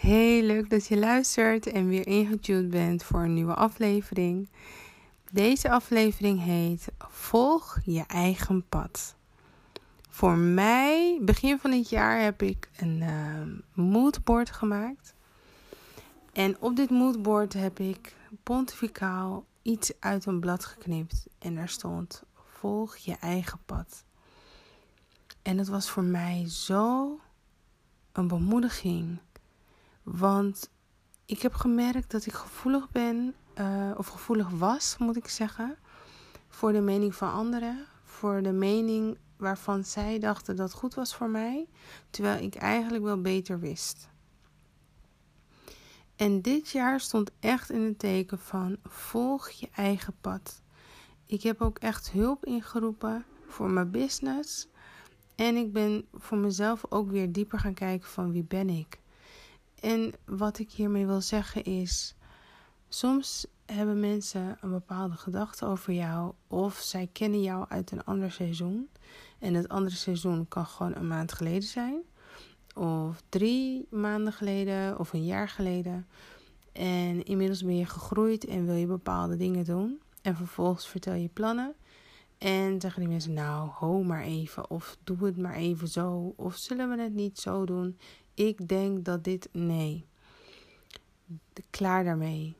Heel leuk dat je luistert en weer ingetuned bent voor een nieuwe aflevering. Deze aflevering heet Volg je eigen pad. Voor mij, begin van dit jaar, heb ik een moodboard gemaakt. En op dit moodboard heb ik pontificaal iets uit een blad geknipt. En daar stond, volg je eigen pad. En dat was voor mij zo een bemoediging. Want ik heb gemerkt dat ik gevoelig ben, of gevoelig was, moet ik zeggen, voor de mening van anderen. Voor de mening waarvan zij dachten dat goed was voor mij, terwijl ik eigenlijk wel beter wist. En dit jaar stond echt in het teken van volg je eigen pad. Ik heb ook echt hulp ingeroepen voor mijn business. En ik ben voor mezelf ook weer dieper gaan kijken van wie ben ik. En wat ik hiermee wil zeggen is, soms hebben mensen een bepaalde gedachte over jou of zij kennen jou uit een ander seizoen. En het andere seizoen kan gewoon een maand geleden zijn, of 3 maanden geleden, of een jaar geleden. En inmiddels ben je gegroeid en wil je bepaalde dingen doen. En vervolgens vertel je plannen. En zeggen die mensen, nou, ho maar even, of doe het maar even zo, of zullen we het niet zo doen? Ik denk dat dit, nee. Klaar daarmee.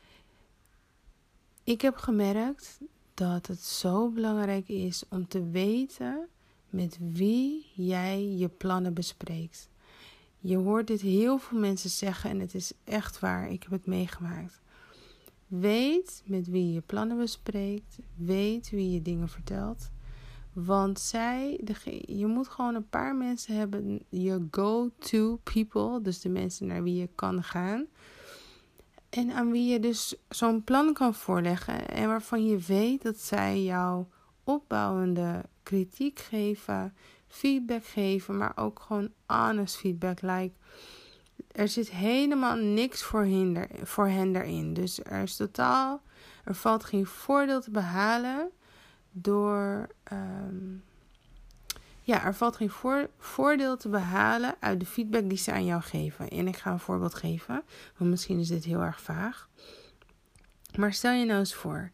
Ik heb gemerkt dat het zo belangrijk is om te weten met wie jij je plannen bespreekt. Je hoort dit heel veel mensen zeggen en het is echt waar. Ik heb het meegemaakt. Weet met wie je plannen bespreekt. Weet wie je dingen vertelt. Want je moet gewoon een paar mensen hebben, je go-to people, dus de mensen naar wie je kan gaan. En aan wie je dus zo'n plan kan voorleggen en waarvan je weet dat zij jou opbouwende kritiek geven, feedback geven, maar ook gewoon honest feedback. Er zit helemaal niks voor hen erin. Dus er valt geen voordeel te behalen door... er valt geen voordeel te behalen uit de feedback die ze aan jou geven. En ik ga een voorbeeld geven, want misschien is dit heel erg vaag. Maar stel je nou eens voor,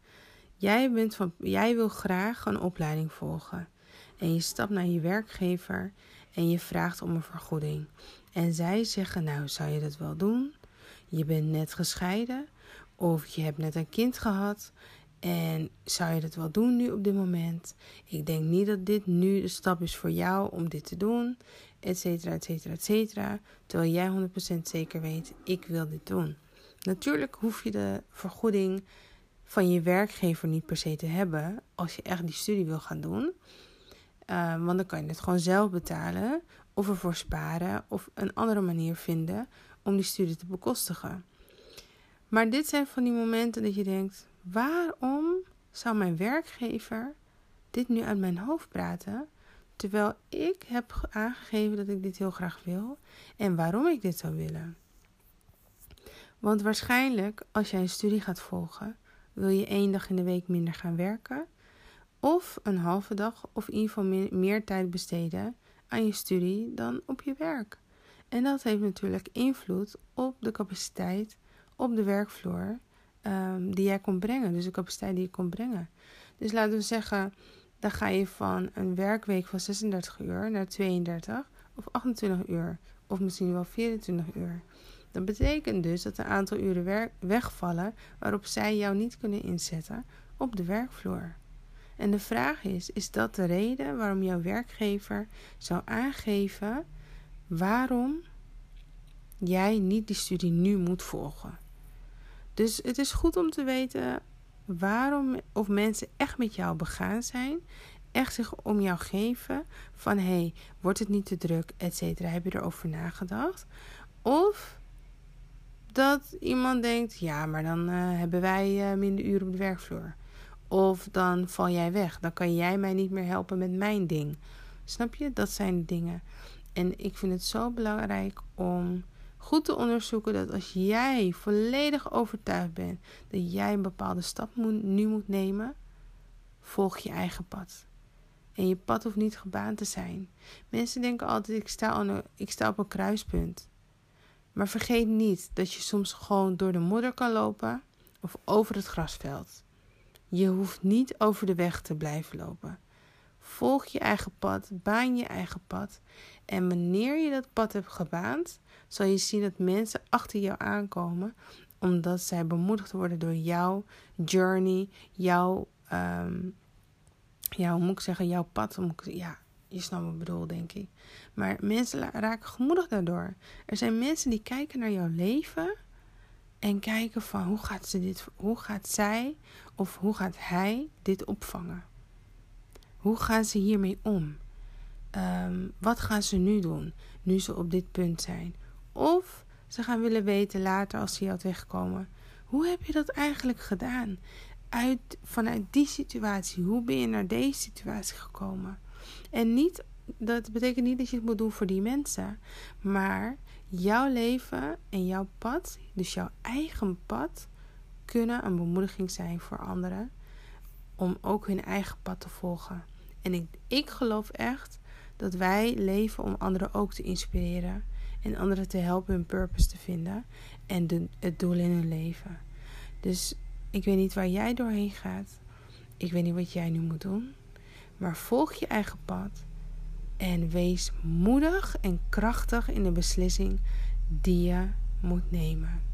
jij wil graag een opleiding volgen. En je stapt naar je werkgever en je vraagt om een vergoeding. En zij zeggen, nou, zou je dat wel doen? Je bent net gescheiden of je hebt net een kind gehad. En zou je dat wel doen nu op dit moment? Ik denk niet dat dit nu de stap is voor jou om dit te doen. Etcetera, etcetera, etcetera. Terwijl jij 100% zeker weet, ik wil dit doen. Natuurlijk hoef je de vergoeding van je werkgever niet per se te hebben als je echt die studie wil gaan doen. Want dan kan je het gewoon zelf betalen of ervoor sparen of een andere manier vinden om die studie te bekostigen. Maar dit zijn van die momenten dat je denkt, waarom zou mijn werkgever dit nu uit mijn hoofd praten, terwijl ik heb aangegeven dat ik dit heel graag wil en waarom ik dit zou willen? Want waarschijnlijk, als jij een studie gaat volgen, wil je 1 dag in de week minder gaan werken, of een halve dag of in ieder geval meer tijd besteden aan je studie dan op je werk. En dat heeft natuurlijk invloed op de capaciteit op de werkvloer die jij kon brengen. Dus de capaciteit die je kon brengen. Dus laten we zeggen, dan ga je van een werkweek van 36 uur naar 32 of 28 uur. Of misschien wel 24 uur. Dat betekent dus dat een aantal uren wegvallen waarop zij jou niet kunnen inzetten op de werkvloer. En de vraag is dat de reden waarom jouw werkgever zou aangeven waarom jij niet die studie nu moet volgen? Dus het is goed om te weten waarom of mensen echt met jou begaan zijn, echt zich om jou geven van hey, wordt het niet te druk, etcetera. Heb je erover nagedacht? Of dat iemand denkt, ja, maar dan hebben wij minder uren op de werkvloer. Of dan val jij weg. Dan kan jij mij niet meer helpen met mijn ding. Snap je? Dat zijn de dingen. En ik vind het zo belangrijk om goed te onderzoeken dat als jij volledig overtuigd bent dat jij een bepaalde stap nu moet nemen, volg je eigen pad. En je pad hoeft niet gebaand te zijn. Mensen denken altijd, ik sta op een kruispunt. Maar vergeet niet dat je soms gewoon door de modder kan lopen of over het grasveld. Je hoeft niet over de weg te blijven lopen. Volg je eigen pad, baan je eigen pad. En wanneer je dat pad hebt gebaand, zal je zien dat mensen achter jou aankomen, omdat zij bemoedigd worden door jouw journey, jouw pad. Je snapt wat ik bedoel, denk ik. Maar mensen raken gemoedigd daardoor. Er zijn mensen die kijken naar jouw leven en kijken van hoe gaat zij of hoe gaat hij dit opvangen? Hoe gaan ze hiermee om? Wat gaan ze nu doen, nu ze op dit punt zijn? Of ze gaan willen weten later als ze jou tegenkomen. Hoe heb je dat eigenlijk gedaan? Vanuit die situatie, hoe ben je naar deze situatie gekomen? En dat betekent niet dat je het moet doen voor die mensen. Maar jouw leven en jouw pad, dus jouw eigen pad, kunnen een bemoediging zijn voor anderen. Om ook hun eigen pad te volgen. En ik geloof echt dat wij leven om anderen ook te inspireren. En anderen te helpen hun purpose te vinden. En het doel in hun leven. Dus ik weet niet waar jij doorheen gaat. Ik weet niet wat jij nu moet doen. Maar volg je eigen pad. En wees moedig en krachtig in de beslissing die je moet nemen.